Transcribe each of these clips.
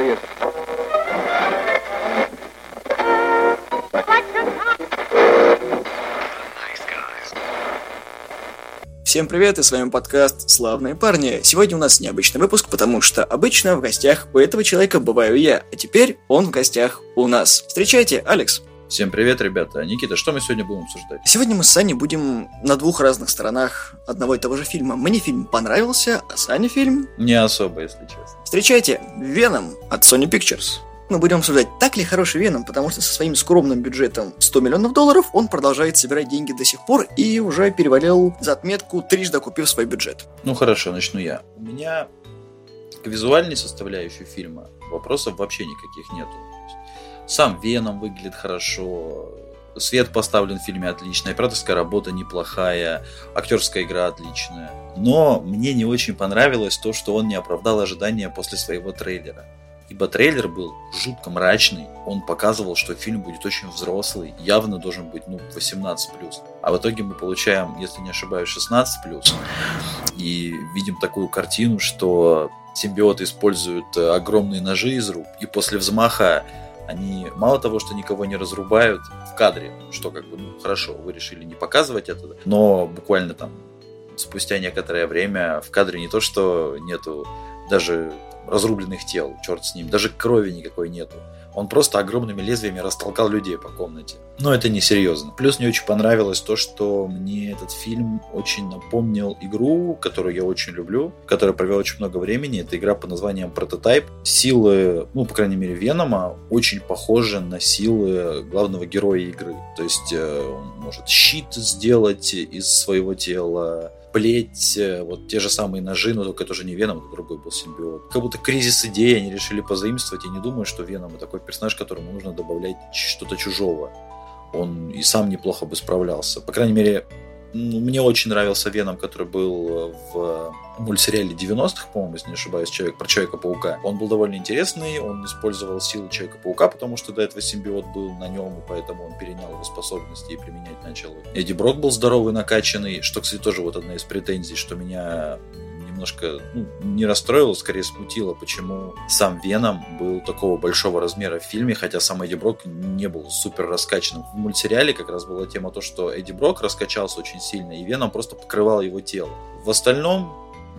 serious. Всем привет, и с вами подкаст «Славные парни». Сегодня у нас необычный выпуск, потому что обычно в гостях у этого человека бываю я, а теперь он в гостях у нас. Встречайте, Алекс. Всем привет, ребята. Никита, что мы сегодня будем обсуждать? Сегодня мы с Саней будем на двух разных сторонах одного и того же фильма. Мне фильм понравился, а Сане фильм... Не особо, если честно. Встречайте, «Веном» от Sony Pictures. Мы будем обсуждать, так ли хороший Веном, потому что со своим скромным бюджетом $100 миллионов он продолжает собирать деньги до сих пор и уже перевалил за отметку, трижды окупив свой бюджет. Ну хорошо, начну я. У меня к визуальной составляющей фильма вопросов вообще никаких нету. Сам Веном выглядит хорошо, свет поставлен в фильме отлично, операторская работа неплохая, актерская игра отличная. Но мне не очень понравилось то, что он не оправдал ожидания после своего трейлера. Ибо трейлер был жутко мрачный, он показывал, что фильм будет очень взрослый, явно должен быть 18+. А в итоге мы получаем, если не ошибаюсь, 16+. И видим такую картину, что симбиоты используют огромные ножи из рук, и после взмаха они мало того, что никого не разрубают в кадре, что хорошо, вы решили не показывать это, но буквально там спустя некоторое время в кадре не то, что нету даже разрубленных тел, черт с ним, даже крови никакой нету. Он просто огромными лезвиями растолкал людей по комнате. Но это не серьезно. Плюс мне очень понравилось то, что мне этот фильм очень напомнил игру, которую я очень люблю, в которой провел очень много времени. Это игра под названием Prototype. Силы, по крайней мере, Венома очень похожи на силы главного героя игры. То есть он может щит сделать из своего тела, плеть, вот те же самые ножи, но только это уже не Веном, это другой был симбиот. Как будто кризис идей они решили позаимствовать. Я не думаю, что Веном это такой персонаж, которому нужно добавлять что-то чужого. Он и сам неплохо бы справлялся. По крайней мере, мне очень нравился Веном, который был в мультсериале 90-х, по-моему, если не ошибаюсь, про Человека-паука. Он был довольно интересный, он использовал силы Человека-паука, потому что до этого симбиот был на нем, и поэтому он перенял его способности и применять начал. Эдди Брок был здоровый, накачанный, что, кстати, тоже вот одна из претензий, что меня немножко не расстроило, скорее смутило, почему сам Веном был такого большого размера в фильме, хотя сам Эдди Брок не был супер раскачанным. В мультсериале как раз была тема то, что Эдди Брок раскачался очень сильно, и Веном просто покрывал его тело. В остальном,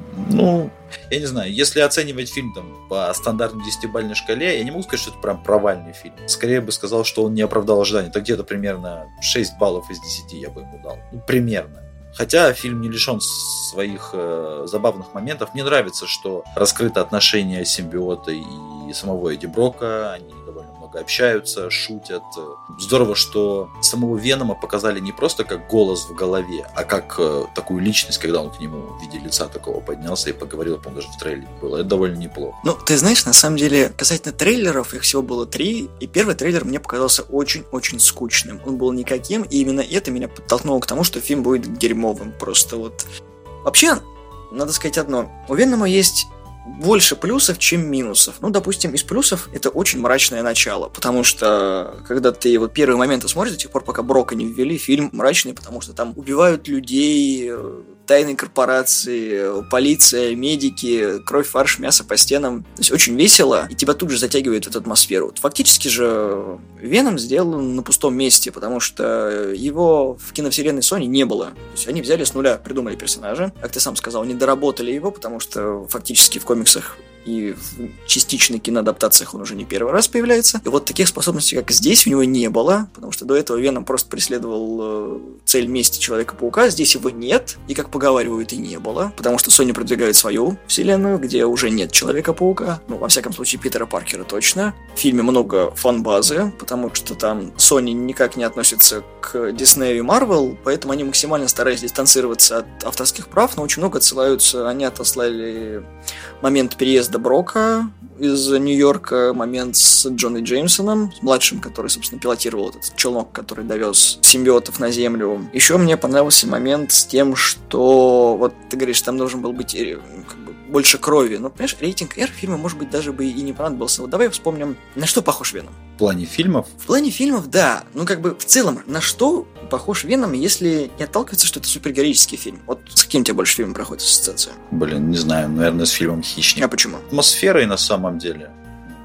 я не знаю, если оценивать фильм по стандартной 10-бальной шкале, я не могу сказать, что это прям провальный фильм. Скорее бы сказал, что он не оправдал ожиданий. Это где-то примерно 6 баллов из 10 я бы ему дал. Примерно. Хотя фильм не лишен своих забавных моментов. Мне нравится, что раскрыто отношение симбиота и самого Эдди Брока. Они довольно много общаются, шутят. Здорово, что самого Венома показали не просто как голос в голове, а как такую личность, когда он к нему в виде лица такого поднялся и поговорил, по-моему, даже в трейлере было. Это довольно неплохо. Ты знаешь, на самом деле, касательно трейлеров, их всего было 3, и первый трейлер мне показался очень-очень скучным. Он был никаким, и именно это меня подтолкнуло к тому, что фильм будет дерьмовым. Просто Вообще, надо сказать одно. У Венома есть больше плюсов, чем минусов. Допустим, из плюсов это очень мрачное начало, потому что, когда ты первые моменты смотришь, до тех пор, пока Брока не ввели, фильм мрачный, потому что там убивают людей, тайные корпорации, полиция, медики, кровь, фарш, мясо по стенам. То есть очень весело, и тебя тут же затягивает в эту атмосферу. Фактически же Веном сделан на пустом месте, потому что его в киновселенной Sony не было. То есть они взяли с нуля, придумали персонажа. Как ты сам сказал, не доработали его, потому что фактически в комиксах и в частичной киноадаптациях он уже не первый раз появляется. И таких способностей, как здесь, у него не было, потому что до этого Веном просто преследовал цель мести Человека-паука. Здесь его нет, и, как поговаривают, и не было, потому что Sony продвигает свою вселенную, где уже нет Человека-паука. Во всяком случае, Питера Паркера точно. В фильме много фан-базы, потому что там Sony никак не относится к Disney и Marvel, поэтому они максимально старались дистанцироваться от авторских прав, но очень много отсылаются. Они отослали момент переезда Брока из Нью-Йорка, момент с Джонни Джеймсоном, с младшим, который, собственно, пилотировал этот челнок, который довез симбиотов на Землю. Еще мне понравился момент с тем, что, ты говоришь, там должен был быть больше крови. Понимаешь, рейтинг R фильма, может быть, даже бы и не понадобился. Давай вспомним, на что похож Веном. В плане фильмов? В плане фильмов, да. В целом, на что похож Веном, если не отталкиваться, что это супергероический фильм? С каким тебе больше фильмом проходит ассоциация? Не знаю, наверное, с фильмом «Хищник». А почему? Атмосферой на самом деле.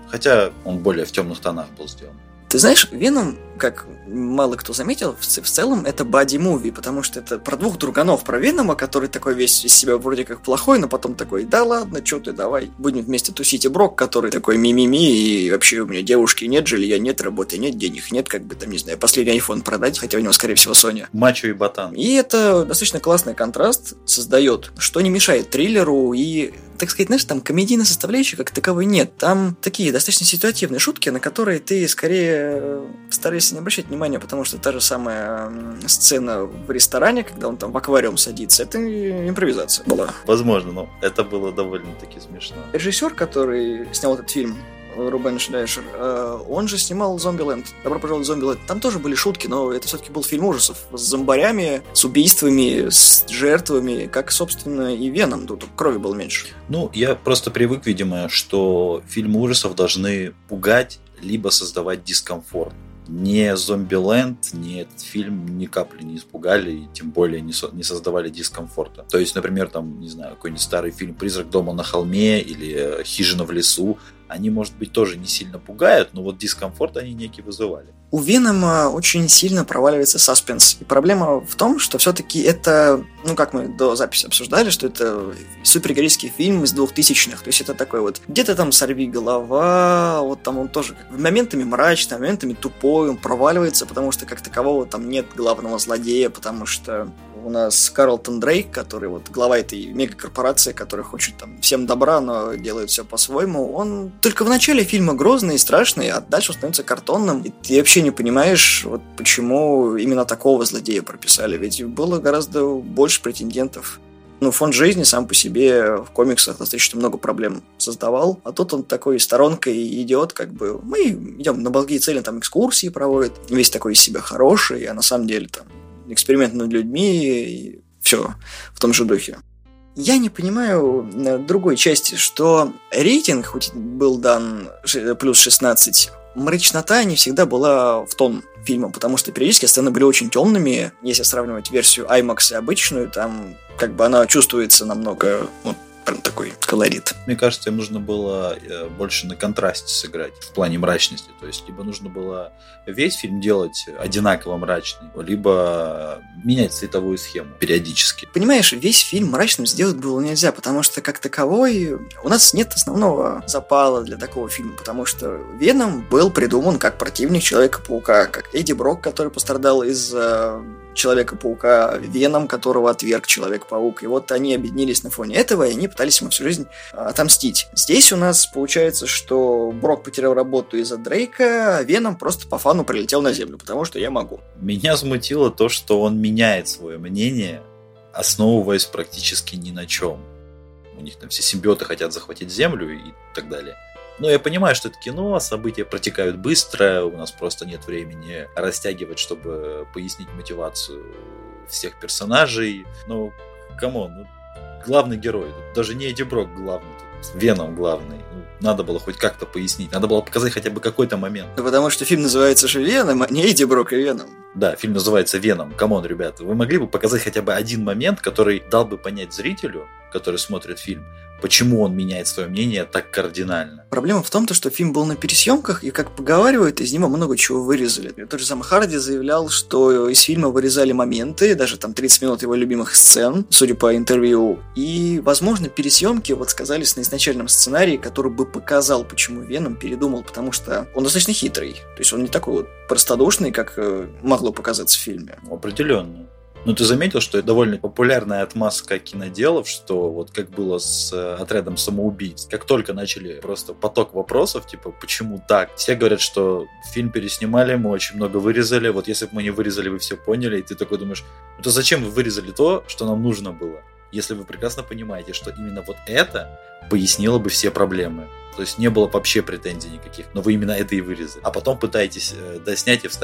Хотя он более в темных тонах был сделан. Ты знаешь, Веном, как мало кто заметил, в целом это боди-муви, потому что это про двух друганов, про Венома, который такой весь из себя вроде как плохой, но потом такой, да ладно, чё ты, давай, будем вместе тусить, и Брок, который такой ми-ми-ми, и вообще у меня девушки нет, жилья нет, работы нет, денег нет, как бы там, не знаю, последний iPhone продать, хотя у него, скорее всего, Sony. Мачо и ботан. И это достаточно классный контраст создает, что не мешает триллеру, и, так сказать, знаешь, там комедийной составляющей как таковой нет. Там такие достаточно ситуативные шутки, на которые ты скорее стараешься не обращать внимания, потому что та же самая сцена в ресторане, когда он там в аквариум садится, это импровизация была. Возможно, но это было довольно-таки смешно. Режиссер, который снял этот фильм, Рубен Шлейшер, он же снимал «Зомбиленд». «Добро пожаловать в Зомбиленд». Там тоже были шутки, но это все-таки был фильм ужасов. С зомбарями, с убийствами, с жертвами, как, собственно, и Веном. Тут крови было меньше. Ну, я просто привык, видимо, что фильмы ужасов должны пугать, либо создавать дискомфорт. Ни «Зомбиленд», ни этот фильм ни капли не испугали, и тем более не создавали дискомфорта. То есть, например, там, не знаю, какой-нибудь старый фильм «Призрак дома на холме» или «Хижина в лесу», они, может быть, тоже не сильно пугают, но вот дискомфорт они некий вызывали. У Венома очень сильно проваливается саспенс. И проблема в том, что все-таки это, ну, как мы до записи обсуждали, что это супергеройский фильм из 2000-х. То есть это такой вот, где-то там сорви голова, вот там он тоже моментами мрачный, моментами тупой, он проваливается, потому что как такового там нет главного злодея, потому что у нас Карлтон Дрейк, который вот глава этой мегакорпорации, которая хочет там всем добра, но делает все по-своему, он только в начале фильма грозный и страшный, а дальше он становится картонным, и ты вообще не понимаешь, вот почему именно такого злодея прописали, ведь было гораздо больше претендентов. Ну, фонд жизни сам по себе в комиксах достаточно много проблем создавал, а тут он такой сторонкой идет, как бы, мы идем на благие цели, там экскурсии проводит, весь такой из себя хороший, а на самом деле там эксперимент над людьми, и все в том же духе. Я не понимаю другой части, что рейтинг, хоть был дан плюс 16, мрачнота не всегда была в тон фильма, потому что периодически сцены были очень темными. Если сравнивать версию IMAX и обычную, там как бы она чувствуется намного... прям такой колорит. Мне кажется, им нужно было больше на контрасте сыграть в плане мрачности. То есть, либо нужно было весь фильм делать одинаково мрачный, либо менять цветовую схему периодически. Понимаешь, весь фильм мрачным сделать было нельзя, потому что, как таковой, у нас нет основного запала для такого фильма, потому что Веном был придуман как противник Человека-паука, как Эдди Брок, который пострадал из-за Человека-паука, Веном, которого отверг Человек-паук. И вот они объединились на фоне этого, и они пытались ему всю жизнь отомстить. Здесь у нас получается, что Брок потерял работу из-за Дрейка, а Веном просто по фану прилетел на Землю, потому что я могу. Меня смутило то, что он меняет свое мнение, основываясь практически ни на чем. У них там все симбиоты хотят захватить Землю и так далее. Но я понимаю, что это кино, события протекают быстро, у нас просто нет времени растягивать, чтобы пояснить мотивацию всех персонажей. Но, камон, главный герой, даже не Эдди Брок главный, Веном главный. Надо было хоть как-то пояснить, надо было показать хотя бы какой-то момент. Да потому что фильм называется же Веном, а не Эдди Брок и Веном. Да, фильм называется «Веном». Камон, ребята, вы могли бы показать хотя бы один момент, который дал бы понять зрителю, который смотрит фильм, почему он меняет свое мнение так кардинально. Проблема в том, что фильм был на пересъемках, и, как поговаривают, из него много чего вырезали. Тот же самый Харди заявлял, что из фильма вырезали моменты, даже там 30 минут его любимых сцен, судя по интервью. И, возможно, пересъемки вот сказались на изначальном сценарии, который бы показал, почему Веном передумал, потому что он достаточно хитрый. То есть он не такой вот простодушный, как могло показаться в фильме. Определенно. Но ты заметил, что это довольно популярная отмазка киноделов, что вот как было с «Отрядом самоубийц». Как только начали просто поток вопросов, типа, почему так? Все говорят, что фильм переснимали, мы очень много вырезали. Вот если бы мы не вырезали, вы все поняли. И ты такой думаешь, ну то зачем вы вырезали то, что нам нужно было? Если вы прекрасно понимаете, что именно вот это пояснило бы все проблемы. То есть не было вообще претензий никаких, но вы именно это и вырезали. А потом пытаетесь доснять и вставить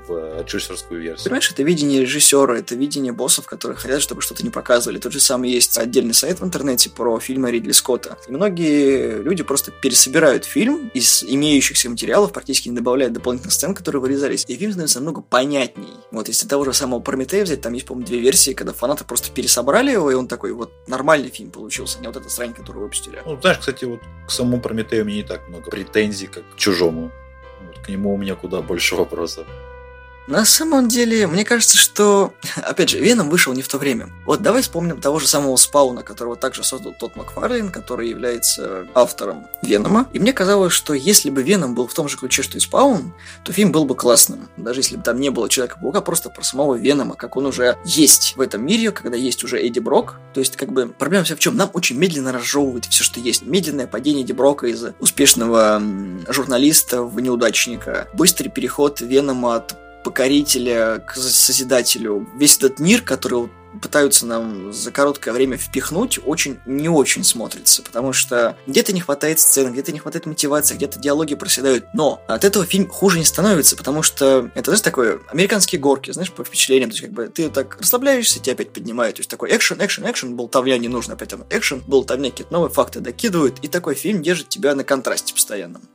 в режиссерскую версию. Понимаешь, это видение режиссера, это видение боссов, которые хотят, чтобы что-то не показывали. Тот же самый есть отдельный сайт в интернете про фильмы Ридли Скотта. И многие люди просто пересобирают фильм из имеющихся материалов, практически не добавляют дополнительных сцен, которые вырезались, и фильм становится намного понятней. Вот если того же самого Прометея взять, там есть, по-моему, 2 версии, когда фанаты просто пересобрали его, и он такой, вот нормальный фильм получился, не вот эта срань, которую выпустили. Ну, знаешь, кстати, вот к самому Прометею мне не так много претензий, как к Чужому. Вот, к нему у меня куда больше вопросов. На самом деле, мне кажется, что, опять же, Веном вышел не в то время. Вот давай вспомним того же самого Спауна, которого также создал Тодд Макфарлейн, который является автором Венома. И мне казалось, что если бы Веном был в том же ключе, что и Спаун, то фильм был бы классным. Даже если бы там не было Человека-паука, просто про самого Венома, как он уже есть в этом мире, когда есть уже Эдди Брок. То есть, как бы, проблема вся в чем? Нам очень медленно разжевывают все, что есть. Медленное падение Эдди Брока из успешного журналиста в неудачника. Быстрый переход Венома от покорителя к созидателю. Весь этот мир, который пытаются нам за короткое время впихнуть, очень не очень смотрится, потому что где-то не хватает сцен, где-то не хватает мотивации, где-то диалоги проседают, но от этого фильм хуже не становится, потому что это, знаешь, такое американские горки, знаешь, по впечатлениям, то есть как бы ты так расслабляешься, тебя опять поднимают, то есть такой экшен, болтовня не нужно, опять экшен, болтовня, какие-то новые факты докидывают, и такой фильм держит тебя на контрасте постоянном.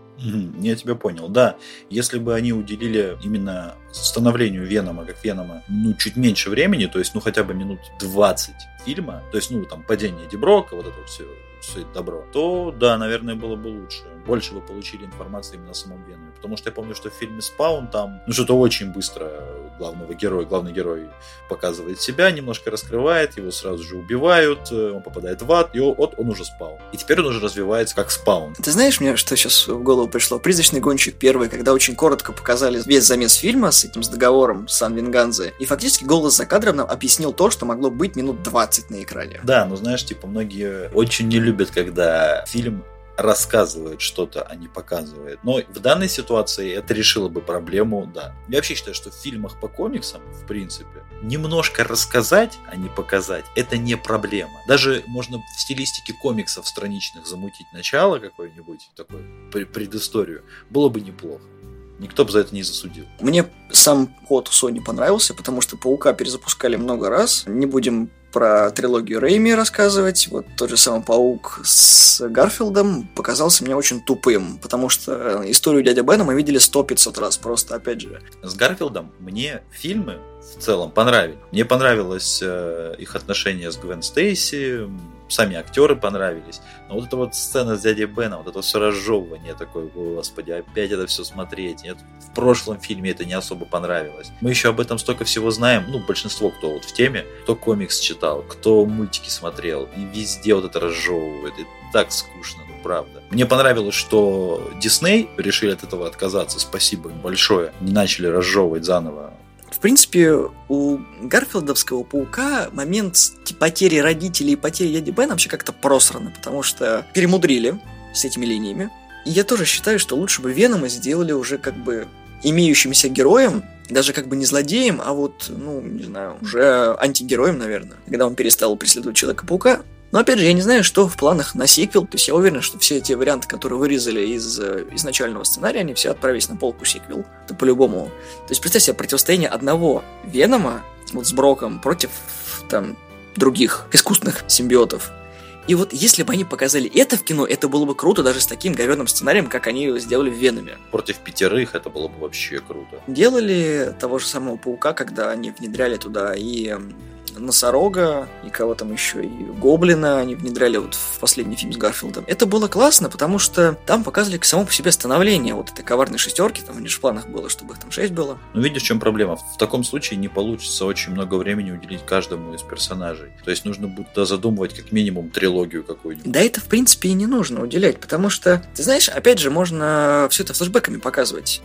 Я тебя понял, да. Если бы они уделили именно становлению Венома, как Венома, чуть меньше времени, то есть, хотя бы минут 20 фильма, то есть, там, падение Эдди Брока, вот это все это добро, то, да, наверное, было бы лучше. Больше бы получили информации именно о самом Веноме. Потому что я помню, что в фильме «Спаун» там, что-то очень быстро главный герой показывает себя, немножко раскрывает, его сразу же убивают, он попадает в ад, и вот он уже Спаун. И теперь он уже развивается как Спаун. Ты знаешь, мне что сейчас в голову пришло? «Призрачный гонщик» первый, когда очень коротко показали весь замес фильма с договором Сан Винганзе, и фактически голос за кадром нам объяснил то, что могло быть минут 20 на экране. Да, знаешь, многие очень не любят, когда фильм рассказывает что-то, а не показывает. Но в данной ситуации это решило бы проблему, да. Я вообще считаю, что в фильмах по комиксам, в принципе, немножко рассказать, а не показать, это не проблема. Даже можно в стилистике комиксов страничных замутить начало какое-нибудь, такое предысторию, было бы неплохо. Никто бы за это не засудил. Мне сам ход Sony понравился, потому что Паука перезапускали много раз. Не будем про трилогию Рэйми рассказывать. Вот тот же самый Паук с Гарфилдом показался мне очень тупым, потому что историю Дяди Бена мы видели 100-500 раз, просто опять же. С Гарфилдом мне фильмы в целом понравились. Мне понравилось их отношение с Гвен Стейси, сами актеры понравились. Но вот эта вот сцена с дядей Беном, вот это все разжевывание такое, господи, опять это все смотреть. Нет, в прошлом фильме это не особо понравилось. Мы еще об этом столько всего знаем, большинство, кто вот в теме, кто комикс читал, кто мультики смотрел, и везде вот это разжевывает, и так скучно, правда. Мне понравилось, что Дисней решили от этого отказаться, спасибо им большое, не начали разжевывать заново. В принципе, у Гарфилдовского Паука момент потери родителей и потери дяди Бена вообще как-то просрано, потому что перемудрили с этими линиями. И я тоже считаю, что лучше бы Венома сделали уже как бы имеющимся героем, даже как бы не злодеем, а вот, не знаю, уже антигероем, наверное, когда он перестал преследовать Человека-паука. Но опять же, я не знаю, что в планах на сиквел, то есть я уверен, что все эти варианты, которые вырезали из изначального сценария, они все отправились на полку сиквел, это по-любому. То есть представь себе противостояние одного Венома вот с Броком против там других искусственных симбиотов. И вот если бы они показали это в кино, это было бы круто даже с таким говёным сценарием, как они сделали в Веноме. Против 5 это было бы вообще круто. Делали того же самого Паука, когда они внедряли туда и Носорога, и кого там еще, и Гоблина они внедряли вот в последний фильм с Гарфилдом. Это было классно, потому что там показывали само по себе становление вот этой коварной шестерки, там у них в планах было, чтобы их там 6 было. Видишь, в чем проблема? В таком случае не получится очень много времени уделить каждому из персонажей. То есть нужно будет задумывать как минимум трилогию какую-нибудь. Да это в принципе и не нужно уделять, потому что, ты знаешь, опять же, можно все это флешбэками показывать.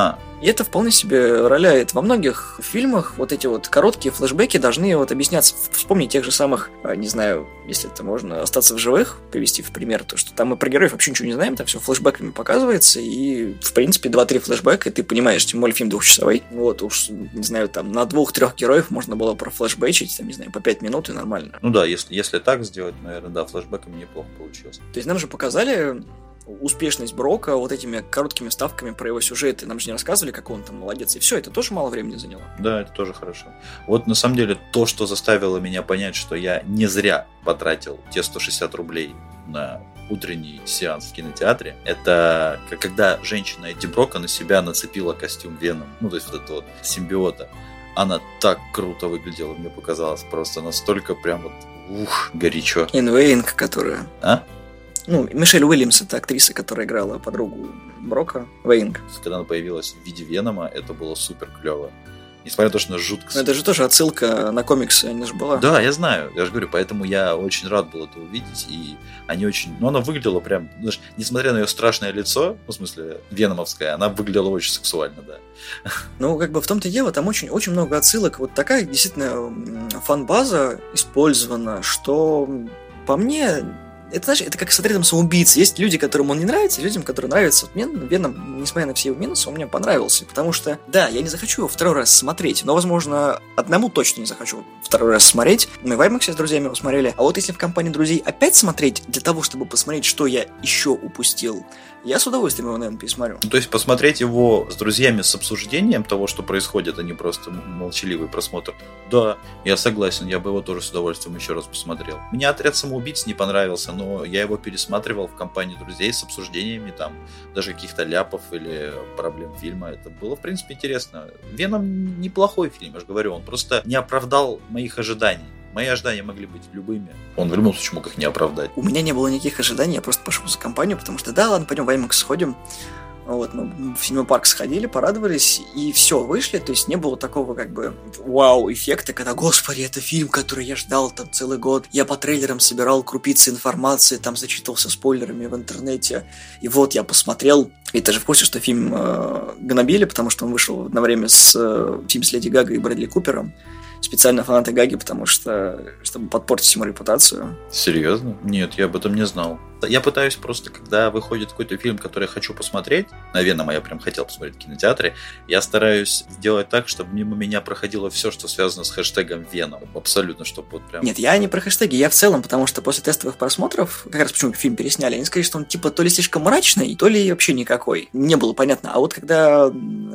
И это вполне себе роляет. Во многих фильмах вот эти вот короткие флешбеки должны вот объясняться. Вспомни тех же самых, не знаю, если это можно остаться в живых, привести в пример, то что там мы про героев вообще ничего не знаем, там все флешбеками показывается, и в принципе 2-3 флешбека, и ты понимаешь, тем более фильм 2-часовой. Вот уж, не знаю, там на 2-3 героев можно было профлешбэчить, там, не знаю, по 5 минут и нормально. Да, если так сделать, наверное, да, флешбеками неплохо получилось. То есть нам же показали успешность Брока вот этими короткими вставками про его сюжеты. Нам же не рассказывали, как он там молодец. И все, это тоже мало времени заняло. Да, это тоже хорошо. Вот на самом деле то, что заставило меня понять, что я не зря потратил те 160 рублей на утренний сеанс в кинотеатре, это когда женщина Эдди Брока на себя нацепила костюм Веном, ну то есть вот это вот симбиота. Она так круто выглядела, мне показалось, просто настолько прям вот горячо. Энн Вейнг, которая... А? Ну, Мишель Уильямс, это актриса, которая играла подругу Брока, Вейнг. Когда она появилась в виде Венома, это было супер клево. Несмотря на то, что она жутко... Но это же тоже отсылка на комиксы, она же была. Да, я знаю, я же говорю, поэтому я очень рад был это увидеть, и они очень... Ну, она выглядела прям, знаешь, несмотря на ее страшное лицо, ну, в смысле, веномовское, она выглядела очень сексуально, да. Ну, как бы в том-то и дело, там очень много отсылок. Вот такая действительно фан-база использована, что по мне... Это, знаешь, это как с отрядом самоубийц. Есть люди, которым он не нравится, и людям, которым нравится. Вот мне Веном, несмотря на все его минусы, он мне понравился. Потому что, да, я не захочу его второй раз смотреть, но, возможно, одному точно не захочу второй раз смотреть. Мы в IMAX с друзьями его смотрели. А вот если в компании друзей опять смотреть, для того, чтобы посмотреть, что я еще упустил, я с удовольствием его, наверное, пересмотрю. Ну, то есть посмотреть его с друзьями с обсуждением того, что происходит, а не просто молчаливый просмотр. Да, я согласен, я бы его тоже с удовольствием еще раз посмотрел. Мне «Отряд самоубийц» не понравился, но я его пересматривал в компании друзей с обсуждениями, там, даже каких-то ляпов или проблем фильма. Это было, в принципе, интересно. «Веном» неплохой фильм, я же говорю, он просто не оправдал моих ожиданий. Мои ожидания могли быть любыми. Он в любом случае мог их не оправдать. У меня не было никаких ожиданий, я просто пошел за компанию, потому что, да, ладно, пойдем в IMAX сходим. Вот, мы в синемапарк сходили, порадовались, и все, вышли, то есть не было такого, как бы, вау-эффекта, когда, господи, это фильм, который я ждал там целый год, я по трейлерам собирал крупицы информации, там зачитывался спойлерами в интернете, и вот я посмотрел, и ты же в курсе, что фильм гнобили, потому что он вышел одновременно с фильмом с Леди Гагой и Брэдли Купером, специально фанаты Гаги, потому что, чтобы подпортить ему репутацию. Серьезно? Нет, я об этом не знал. Я пытаюсь просто, когда выходит какой-то фильм, который я хочу посмотреть, на Венома я прям хотел посмотреть в кинотеатре, я стараюсь сделать так, чтобы мимо меня проходило все, что связано с хэштегом Веном. Абсолютно, чтобы вот прям... Нет, я не про хэштеги, я в целом, потому что после тестовых просмотров, как раз почему фильм пересняли, они сказали, что он типа то ли слишком мрачный, то ли вообще никакой. Не было понятно. А вот когда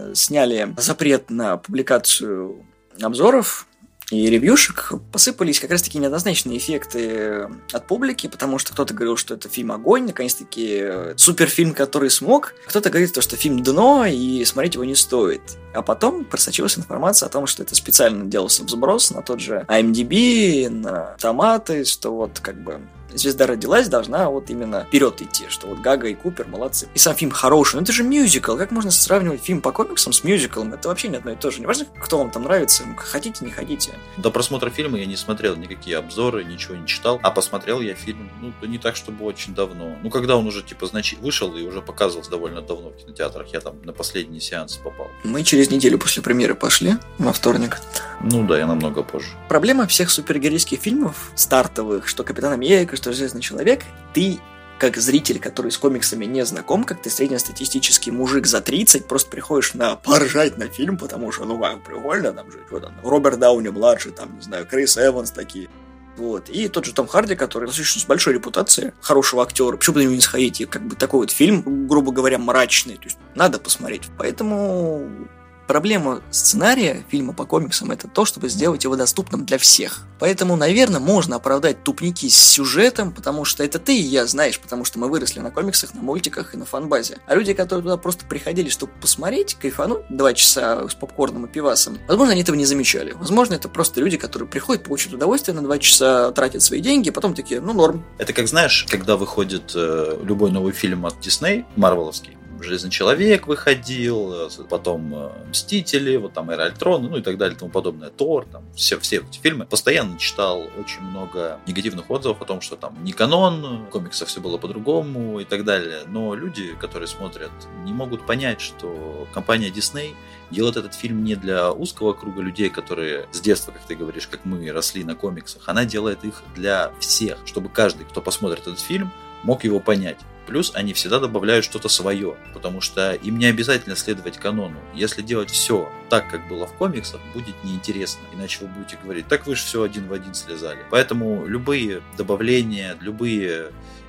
сняли запрет на публикацию обзоров и ревьюшек, посыпались как раз-таки неоднозначные эффекты от публики, потому что кто-то говорил, что это фильм огонь, наконец-таки суперфильм, который смог. Кто-то говорит, что фильм дно, и смотреть его не стоит. А потом просочилась информация о том, что это специально делался взброс на тот же IMDb, на томаты, что вот как бы звезда родилась, должна вот именно вперед идти, что вот Гага и Купер молодцы. И сам фильм хороший, но это же мюзикл. Как можно сравнивать фильм по комиксам с мюзиклом? Это вообще не одно и то же. Неважно, кто вам там нравится, хотите, не хотите. До просмотра фильма я не смотрел никакие обзоры, ничего не читал, а посмотрел я фильм, не так, чтобы очень давно. Когда он уже, типа, вышел и уже показывался довольно давно в кинотеатрах. Я там на последний сеанс попал. Мы через неделю после премьеры пошли, во вторник. Да, я намного позже. Проблема всех супергеройских фильмов, стартовых, что Капитан Америка, что Железный человек, ты, как зритель, который с комиксами не знаком, как ты среднестатистический мужик за 30, просто приходишь поржать на фильм, потому что, как прикольно, там же, что там, Роберт Дауни-младший, там, не знаю, Крис Эванс такие. Вот. И тот же Том Харди, который достаточно с большой репутацией хорошего актера. Почему бы на него не сходить? И как бы такой вот фильм, грубо говоря, мрачный. То есть надо посмотреть. Поэтому проблема сценария фильма по комиксам — это то, чтобы сделать его доступным для всех. Поэтому, наверное, можно оправдать тупники с сюжетом, потому что это ты и я, знаешь, потому что мы выросли на комиксах, на мультиках и на фан-базе. А люди, которые туда просто приходили, чтобы посмотреть, кайфануть 2 часа с попкорном и пивасом, возможно, они этого не замечали. Возможно, это просто люди, которые приходят, получают удовольствие на 2 часа, тратят свои деньги, и потом такие, норм. Это как, знаешь, когда выходит любой новый фильм от Disney, марвеловский, Железный человек выходил, потом Мстители, вот там Эра Альтрона, и так далее, и тому подобное, Тор, там все эти фильмы. Постоянно читал очень много негативных отзывов о том, что там не канон, в комиксах все было по-другому и так далее. Но люди, которые смотрят, не могут понять, что компания Disney делает этот фильм не для узкого круга людей, которые с детства, как ты говоришь, как мы, росли на комиксах. Она делает их для всех, чтобы каждый, кто посмотрит этот фильм, мог его понять. Плюс они всегда добавляют что-то свое, потому что им не обязательно следовать канону. Если делать все так, как было в комиксах, будет неинтересно. Иначе вы будете говорить, так вы же все один в один слезали. Поэтому любые добавления, любые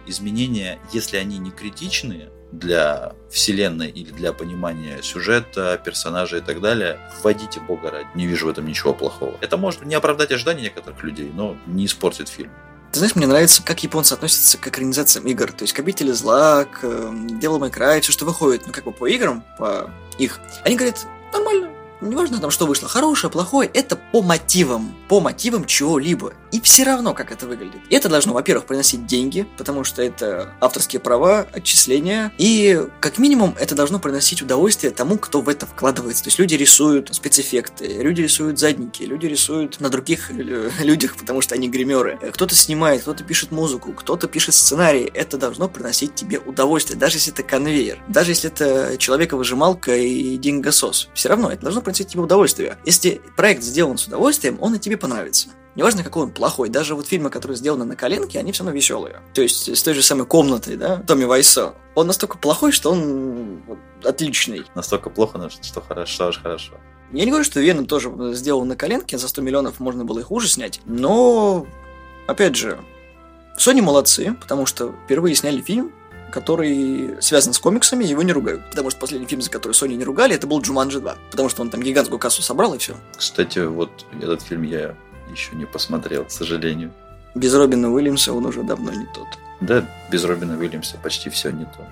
изменения, если они не критичные для вселенной или для понимания сюжета, персонажей и так далее, вводите бога ради. Не вижу в этом ничего плохого. Это может не оправдать ожидания некоторых людей, но не испортит фильм. Ты знаешь, мне нравится, как японцы относятся к экранизациям игр. То есть к «Обители зла», к Devil May Cry, все, что выходит, по играм, по их. Они говорят, нормально. Неважно там, что вышло, хорошее, плохое, это по мотивам чего-либо. И все равно, как это выглядит. И это должно, во-первых, приносить деньги, потому что это авторские права, отчисления. И, как минимум, это должно приносить удовольствие тому, кто в это вкладывается. То есть люди рисуют спецэффекты, люди рисуют задники, люди рисуют на других людях, потому что они гримеры. Кто-то снимает, кто-то пишет музыку, кто-то пишет сценарий. Это должно приносить тебе удовольствие, даже если это конвейер, даже если это человековыжималка и деньгосос. Все равно это должно приносить тебе удовольствие. Если проект сделан с удовольствием, он и тебе понравится. Неважно, какой он плохой. Даже вот фильмы, которые сделаны на коленке, они все равно веселые. То есть с той же самой «Комнатой», да, Томми Вайсо. Он настолько плохой, что он отличный. Настолько плохо, что хорошо, аж хорошо. Я не говорю, что «Веном» тоже сделан на коленке, за 100 миллионов можно было и хуже снять. Но, опять же, Sony молодцы, потому что впервые сняли фильм, который связан с комиксами, его не ругают. Потому что последний фильм, за который Sony не ругали, это был «Джуманджи 2». Потому что он там гигантскую кассу собрал, и все. Кстати, вот этот фильм я еще не посмотрел, к сожалению. Без Робина Уильямса он уже давно не тот. Да, без Робина Уильямса почти все не то.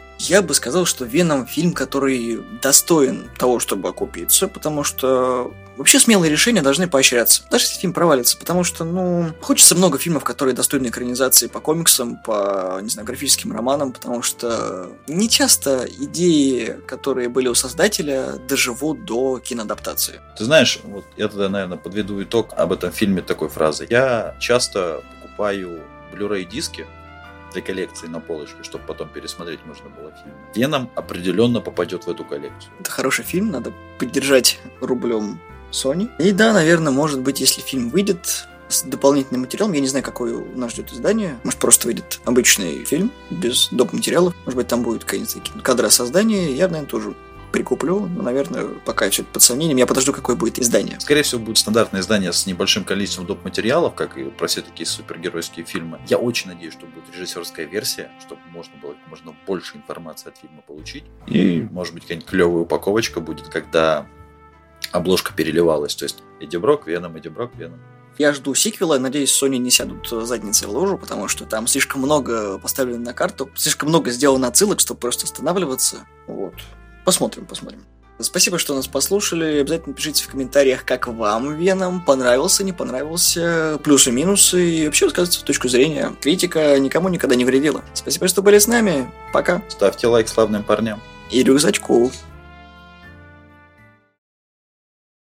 Я бы сказал, что «Веном» фильм, который достоин того, чтобы окупиться, потому что вообще смелые решения должны поощряться, даже если фильм провалится, потому что, хочется много фильмов, которые достойны экранизации по комиксам, по, графическим романам, потому что не часто идеи, которые были у создателя, доживут до киноадаптации. Ты знаешь, вот я тогда, наверное, подведу итог об этом фильме такой фразой. Я часто покупаю Blu-ray диски для коллекции на полочку, чтобы потом пересмотреть можно было фильм. «Веном» определенно попадет в эту коллекцию. Это хороший фильм, надо поддержать рублем Sony. И да, наверное, может быть, если фильм выйдет с дополнительным материалом, я не знаю, какое нас ждет издание, может, просто выйдет обычный фильм без доп. Материалов, может быть, там будет какие-нибудь кадры создания, я, наверное, тоже прикуплю, но, наверное, пока все это под сомнением, я подожду, какое будет издание. Скорее всего, будет стандартное издание с небольшим количеством доп. Материалов, как и про все такие супергеройские фильмы. Я очень надеюсь, что будет режиссерская версия, чтобы можно было как можно больше информации от фильма получить. И, может быть, какая-нибудь клевая упаковочка будет, когда обложка переливалась. То есть Эдди Брок, Веном, Эдди Брок, Веном. Я жду сиквела, надеюсь, Sony не сядут задницей в лужу, потому что там слишком много поставлено на карту, слишком много сделано отсылок, чтобы просто останавливаться. Вот. Посмотрим. Спасибо, что нас послушали. Обязательно пишите в комментариях, как вам «Веном», понравился, не понравился, плюсы, минусы, и вообще высказывайте точку зрения. Критика никому никогда не вредила. Спасибо, что были с нами. Пока. Ставьте лайк славным парням. И рюкзачку.